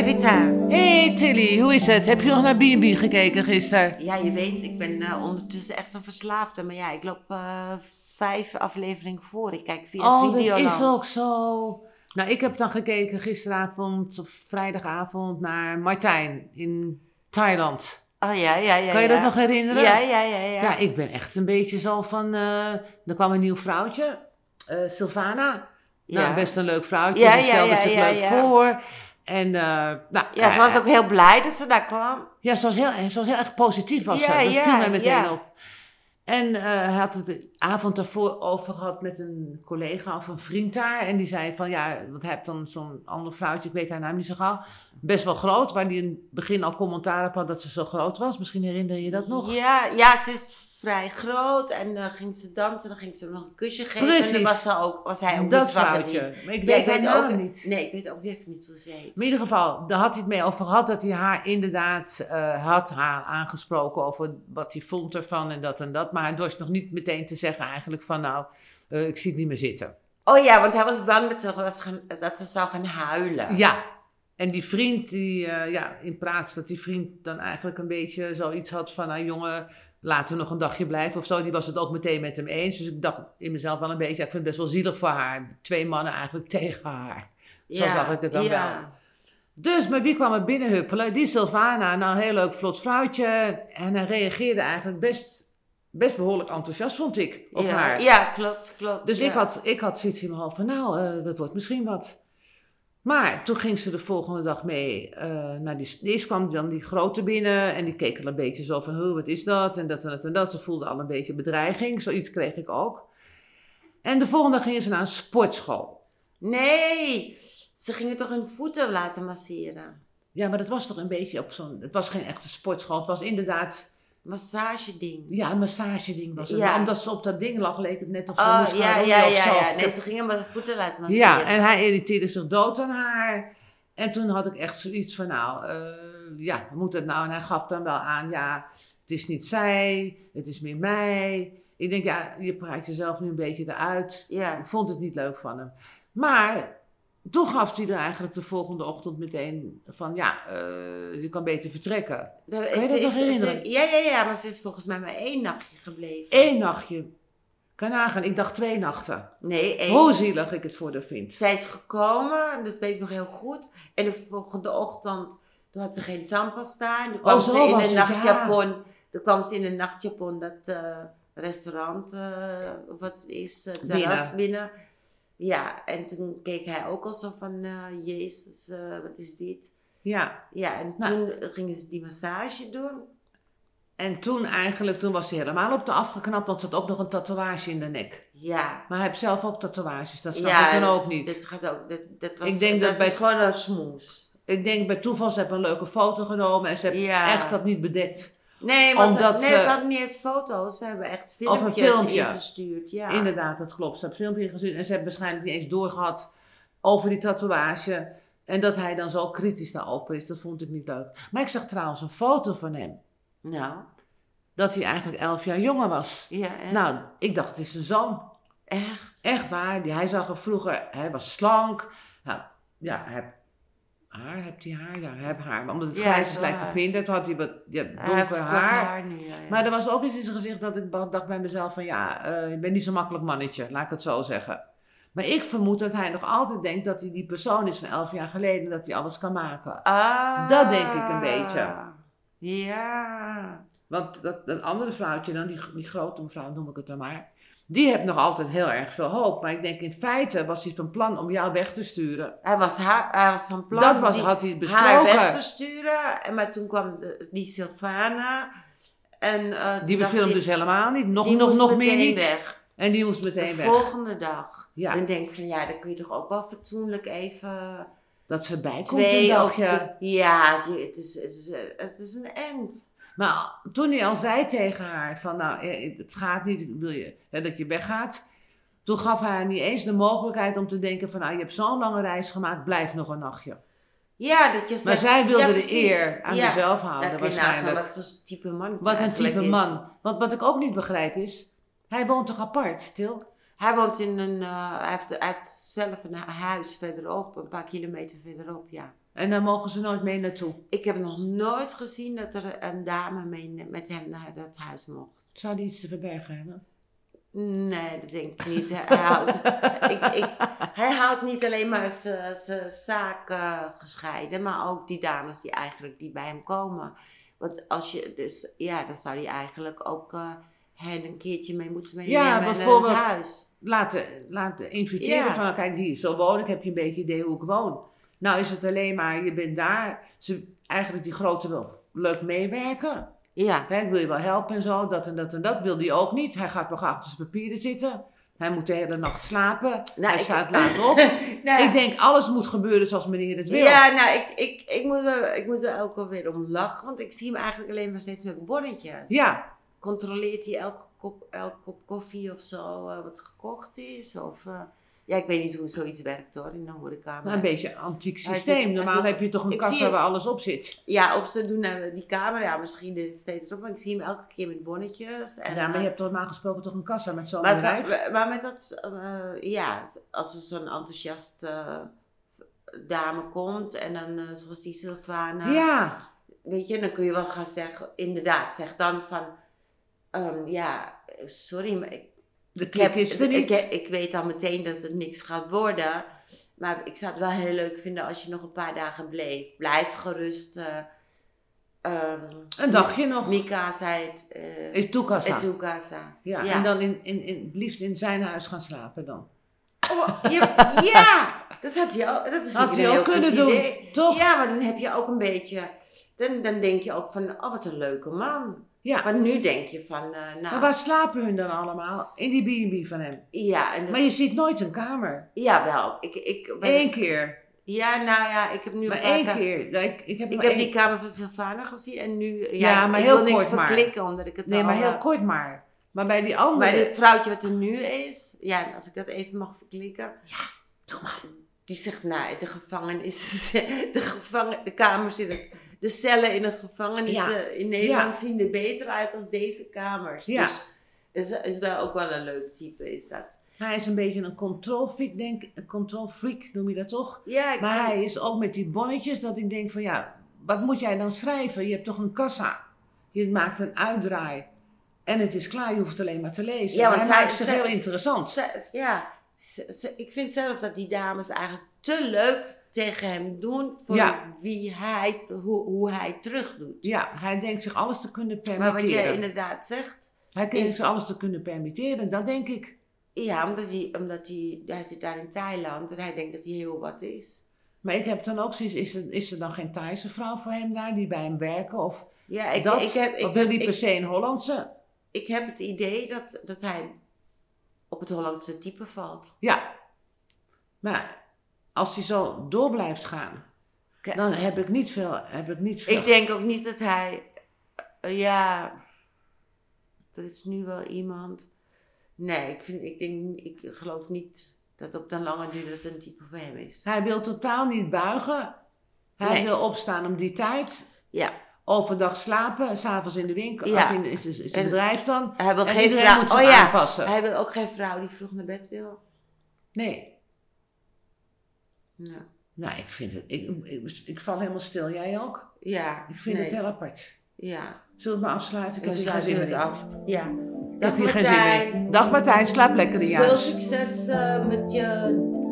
Rita. Hey Tilly, hoe is het? Heb je nog naar B&B gekeken gisteren? Ja, je weet, ik ben ondertussen echt een verslaafde. Maar ja, ik loop 5 afleveringen voor. Ik kijk via Videoland. Dat is ook zo. Nou, ik heb dan gekeken gisteravond of vrijdagavond naar Martijn in Thailand. Oh ja. Kan je dat nog herinneren? Ja. Ja, ik ben echt een beetje zo van... er kwam een nieuw vrouwtje, Sylvana. Nou, Ja. best een leuk vrouwtje. Ja, Die stelde zich leuk voor. En, Ja, ze was ook heel blij dat ze daar kwam. Ja, ze was heel erg positief. Dat viel mij meteen op. En hij had het de avond daarvoor over gehad met een collega of een vriend daar. En die zei van ja, want hij heeft dan zo'n ander vrouwtje, ik weet haar naam niet zo gauw. Best wel groot, waar die in het begin al commentaar op had dat ze zo groot was. Misschien herinner je dat nog? Ja, ze is vrij groot. En dan ging ze dansen, dan ging ze hem nog een kusje geven. Precies. En dan was hij ook Dat niet vrouwtje. Maar ik weet haar naam niet. Nee, ik weet ook even niet hoe ze heet. Maar in ieder geval, daar had hij het mee over gehad dat hij haar inderdaad had haar aangesproken over wat hij vond ervan en dat. Maar hij dorst nog niet meteen te zeggen eigenlijk van nou, ik zie het niet meer zitten. Oh ja, want hij was bang dat ze zou gaan huilen. Ja, en die vriend, in plaats dat die vriend dan eigenlijk een beetje zoiets had van nou jongen, laten we nog een dagje blijven of zo. Die was het ook meteen met hem eens. Dus ik dacht in mezelf wel een beetje, ik vind het best wel zielig voor haar. 2 mannen eigenlijk tegen haar. Zo zag ik het dan wel. Dus, maar wie kwam er binnenhuppelen? Die Sylvana, nou een heel leuk vlot vrouwtje. En hij reageerde eigenlijk best behoorlijk enthousiast, vond ik, op haar. Ja, klopt. Dus ik had zoiets in mijn hoofd van, nou, dat wordt misschien wat. Maar toen ging ze de volgende dag mee naar eerst kwam dan die grote binnen en die keek al een beetje zo van, wat is dat? En dat. Ze voelde al een beetje bedreiging, zoiets kreeg ik ook. En de volgende dag gingen ze naar een sportschool. Nee, ze gingen toch hun voeten laten masseren? Ja, maar dat was toch een beetje het was geen echte sportschool, het was inderdaad... Massageding. Ja, een massageding was het. Ja. Maar omdat ze op dat ding lag, leek het net of ze moest gaan roeien of zo. Ja. Nee, ze gingen maar de voeten laten masseren. Ja, en hij irriteerde zich dood aan haar. En toen had ik echt zoiets van, hoe moet het nou? En hij gaf dan wel aan, ja, het is niet zij, het is meer mij. Ik denk, ja, je praat jezelf nu een beetje eruit. Ja. Ik vond het niet leuk van hem. Maar toen gaf hij er eigenlijk de volgende ochtend meteen van, je kan beter vertrekken. Kan je dat nog herinneren? Ja, maar ze is volgens mij maar 1 nachtje gebleven. 1 nachtje. Kan nagaan, ik dacht 2 nachten. Nee, 1. Hoe zielig ik het voor haar vind. Zij is gekomen, dat weet ik nog heel goed. En de volgende ochtend, toen had ze geen tandpasta. En toen kwam ze in een nachtjapon. Ja. Toen kwam ze in een nachtjapon dat restaurant, wat het is, terras binnen. Ja, en toen keek hij ook al zo van, jezus, wat is dit? Ja. Ja, en toen gingen ze die massage doen. En toen was hij helemaal op de afgeknapt, want ze had ook nog een tatoeage in de nek. Ja. Maar hij heeft zelf ook tatoeages, dat snap ik dan ook niet. Dat gaat ook, dat is gewoon een smoes. Ik denk bij toeval, ze hebben een leuke foto genomen en ze hebben echt dat niet bedekt. Nee, maar ze hadden niet eens foto's, ze hebben echt filmpjes ingestuurd. Ja. Inderdaad, dat klopt. Ze hebben filmpjes ingestuurd en ze hebben waarschijnlijk niet eens doorgehad over die tatoeage. En dat hij dan zo kritisch daarover is, dat vond ik niet leuk. Maar ik zag trouwens een foto van hem. Nou. Dat hij eigenlijk 11 jaar jonger was. Ja, echt? Nou, ik dacht, het is zijn zoon. Echt? Echt waar. Hij zag er vroeger, hij was slank. Nou, ja, hebt hij haar? Ja, hij heeft haar. Maar omdat het grijs is, lijkt het minder. Toen had hij wat donker haar. Nu, ja. Maar er was ook iets in zijn gezicht dat ik dacht bij mezelf van, ik ben niet zo'n makkelijk mannetje. Laat ik het zo zeggen. Maar ik vermoed dat hij nog altijd denkt dat hij die persoon is van 11 jaar geleden. Dat hij alles kan maken. Dat denk ik een beetje. Ja. Want dat andere vrouwtje dan, die grote mevrouw noem ik het dan maar. Die heeft nog altijd heel erg veel hoop. Maar ik denk in feite was hij van plan om jou weg te sturen. Hij was van plan had hij besproken. Haar weg te sturen. Maar toen kwam die Sylvana. En, die beviel hem dus helemaal niet. Nog meer niet. Weg. En die moest meteen weg. De volgende dag. Ja. Dan denk ik van dan kun je toch ook wel fatsoenlijk even... Dat ze bijkomt een dagje. Het is een end. Maar toen hij al zei tegen haar van het gaat niet, wil je dat je weggaat. Toen gaf hij haar niet eens de mogelijkheid om te denken van je hebt zo'n lange reis gemaakt, blijf nog een nachtje. Ja, dat je zegt, maar zij wilde de eer aan zichzelf houden waarschijnlijk. Wat voor type man wat een type man. Want wat ik ook niet begrijp is, hij woont toch apart, Til? Hij woont hij heeft zelf een huis verderop, een paar kilometer verderop, ja. En dan mogen ze nooit mee naartoe. Ik heb nog nooit gezien dat er een dame met hem naar dat huis mocht. Zou die iets te verbergen hebben? Nee, dat denk ik niet. Hij houdt niet alleen maar zijn zaken gescheiden, maar ook die dames die bij hem komen. Want als je dus, ja, dan zou hij eigenlijk ook hen een keertje mee moeten meenemen naar het huis. Laten inviteren van, kijk hier, zo woon ik, heb je een beetje idee hoe ik woon. Nou is het alleen maar, je bent daar, eigenlijk die grote wil leuk meewerken. Ja. Ik wil je wel helpen en zo, dat en dat en dat wil hij ook niet. Hij gaat nog achter zijn papieren zitten. Hij moet de hele nacht slapen. Hij staat laat op. Ik denk, alles moet gebeuren zoals meneer het wil. Ja, nou, ik moet er ook wel weer om lachen, want ik zie hem eigenlijk alleen maar steeds met bonnetjes. Ja. Controleert hij elke kop koffie of zo wat gekocht is? Of, ja, ik weet niet hoe zoiets werkt hoor, in de horeca. Nou, een beetje een antiek systeem. Normaal heb je toch een kassa waar alles op zit. Ja, of ze doen die camera, misschien steeds erop, maar ik zie hem elke keer met bonnetjes. En, ja, maar je hebt normaal gesproken toch een kassa met zo'n bedrijf? Maar met dat, als er zo'n enthousiast dame komt en dan zoals die Sylvana. Ja. Weet je, dan kun je wel gaan zeggen, inderdaad, zeg dan van, sorry, maar de klik is er niet. Ik weet al meteen dat het niks gaat worden. Maar ik zou het wel heel leuk vinden als je nog een paar dagen bleef. Blijf gerust. Een dagje nog. Mika zei is Tukasa. Ja, en dan het liefst in zijn huis gaan slapen dan. Oh, dat had hij ook. Dat is had hij ook kunnen doen, idee. Toch? Ja, maar dan heb je ook een beetje. Dan denk je ook van, oh wat een leuke man. Ja. Maar nu denk je van, Maar waar slapen hun dan allemaal? In die B&B van hem? Ja. Maar je ziet nooit een kamer? Jawel. Eén keer? Ja, nou ja, ik heb nu maar één keer. Ik heb die kamer van Sylvana gezien en nu... Ja, maar heel kort maar. Ik wil niks verklikken, omdat ik het Nee, maar heel kort maar. Maar bij die andere... Maar het vrouwtje wat er nu is, ja, als ik dat even mag verklikken. Ja, doe maar. Die zegt, nou, de kamers de cellen in een gevangenis in Nederland zien er beter uit dan deze kamers. Ja. Dus is wel ook wel een leuk type, is dat. Hij is een beetje een controlfreak, een controlfreak noem je dat toch? Ja. Maar hij is ook met die bonnetjes dat ik denk van ja, wat moet jij dan schrijven? Je hebt toch een kassa? Je maakt een uitdraai. En het is klaar, je hoeft alleen maar te lezen. Ja, want hij maakt zich heel interessant. Ik vind zelf dat die dames eigenlijk te leuk tegen hem doen voor hoe hij terug doet. Ja, hij denkt zich alles te kunnen permitteren. Maar wat jij inderdaad zegt... Hij denkt zich alles te kunnen permitteren, dat denk ik. Ja, omdat hij zit daar in Thailand en hij denkt dat hij heel wat is. Maar ik heb dan ook zoiets, is er dan geen Thaise vrouw voor hem daar die bij hem werken? Of ja, of wil hij per se een Hollandse? Ik heb het idee dat hij op het Hollandse type valt. Ja, maar als hij zo door blijft gaan, dan heb ik niet veel. Ik denk ook niet dat hij, er is nu wel iemand. Nee, ik geloof niet dat op de lange duur dat een type voor hem is. Hij wil totaal niet buigen. Hij wil opstaan om die tijd. Ja. Overdag slapen, 's avonds in de winkel, of in het bedrijf dan. Hij wil en geen iedereen moet zich aanpassen. Hij wil ook geen vrouw die vroeg naar bed wil. Nee. Ja. Nou, ik vind het, ik val helemaal stil. Jij ook? Ja. Ik vind het heel apart. Ja. Zullen we maar afsluiten? Ik heb hier geen zin meer af. Ja. Ik heb hier geen zin meer. Dag Martijn, slaap lekker in je huis. Veel succes met je